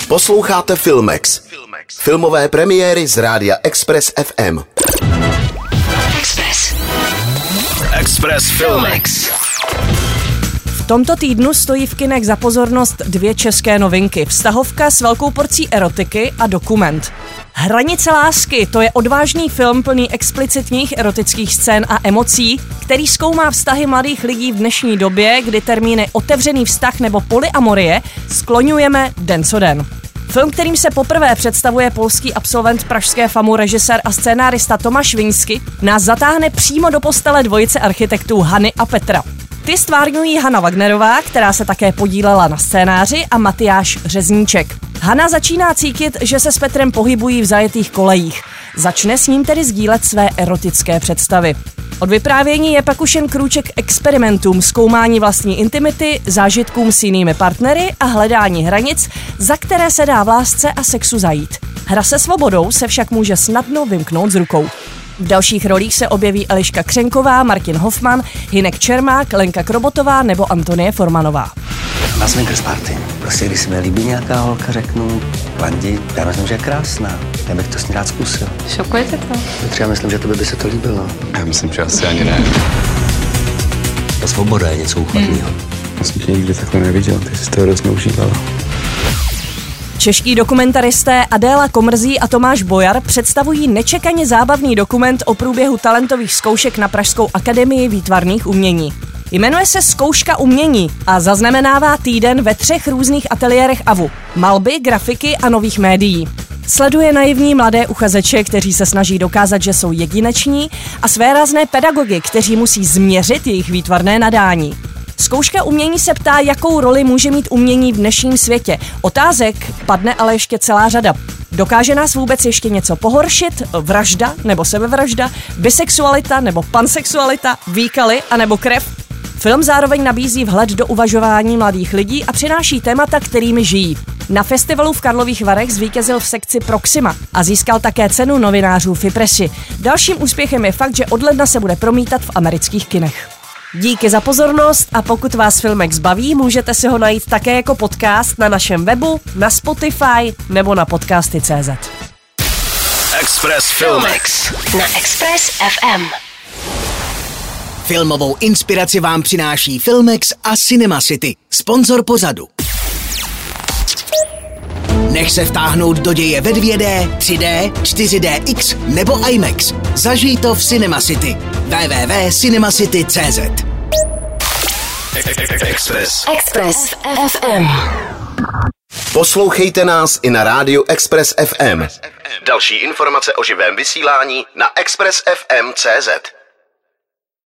Posloucháte Filmex. Filmové premiéry z rádia Express FM. Express Filmex. V tomto týdnu stojí v kinech za pozornost 2 české novinky. Vztahovka s velkou porcí erotiky a dokument. Hranice lásky, to je odvážný film plný explicitních erotických scén a emocí, který zkoumá vztahy mladých lidí v dnešní době, kdy termíny otevřený vztah nebo polyamorie skloňujeme den co den. Film, kterým se poprvé představuje polský absolvent pražské FAMU, režisér a scénárista Tomáš Viňsky, nás zatáhne přímo do postele dvojice architektů Hany a Petra. Ty stvárňují Hana Wagnerová, která se také podílela na scénáři, a Matyáš Řezníček. Hana začíná cítit, že se s Petrem pohybují v zajetých kolejích. Začne s ním tedy sdílet své erotické představy. Od vyprávění je pak už jen krůček k experimentům, zkoumání vlastní intimity, zážitkům s jinými partnery a hledání hranic, za které se dá v lásce a sexu zajít. Hra se svobodou se však může snadno vymknout z rukou. V dalších rolích se objeví Eliška Křenková, Martin Hoffman, Hynek Čermák, Lenka Krobotová nebo Antonie Formanová. Na swingers party. Prostě když se mi líbí nějaká holka, řeknu, Landi, já myslím, že je krásná. Já bych to s ní rád zkusil. Šokuje tě to? Třeba myslím, že tobě by se to líbilo. Já myslím, že asi ani ne. Ta svoboda je něco úchvatného. Já jsem tě nikdy takhle neviděl, ty jsi to hrozně užívala. Čeští dokumentaristé Adéla Komrzí a Tomáš Bojar představují nečekaně zábavný dokument o průběhu talentových zkoušek na Pražskou akademii výtvarných umění. Jmenuje se Zkouška umění a zaznamenává týden ve 3 různých ateliérech AVU. Malby, grafiky a nových médií. Sleduje naivní mladé uchazeče, kteří se snaží dokázat, že jsou jedineční, a svérázné pedagogy, kteří musí změřit jejich výtvarné nadání. Zkouška umění se ptá, jakou roli může mít umění v dnešním světě. Otázek padne ale ještě celá řada. Dokáže nás vůbec ještě něco pohoršit? Vražda nebo sebevražda? Bisexualita nebo pansexualita? Výkaly a nebo krev? Film zároveň nabízí vhled do uvažování mladých lidí a přináší témata, kterými žijí. Na festivalu v Karlových Varech zvítězil v sekci Proxima a získal také cenu novinářů Fipressi. Dalším úspěchem je fakt, že od ledna se bude promítat v amerických kinech. Díky za pozornost, a pokud vás Filmex baví, můžete si ho najít také jako podcast na našem webu, na Spotify nebo na podcasty.cz. Express Filmex na Express FM. Filmovou inspiraci vám přináší Filmex a Cinema City, sponzor pořadu. Nech se vtáhnout do děje ve 2D, 3D, 4DX nebo IMAX. Zažij to v Cinema City. www.cinemacity.cz. Express FM. Poslouchejte nás i na rádiu Express FM. Další informace o živém vysílání na expressfm.cz.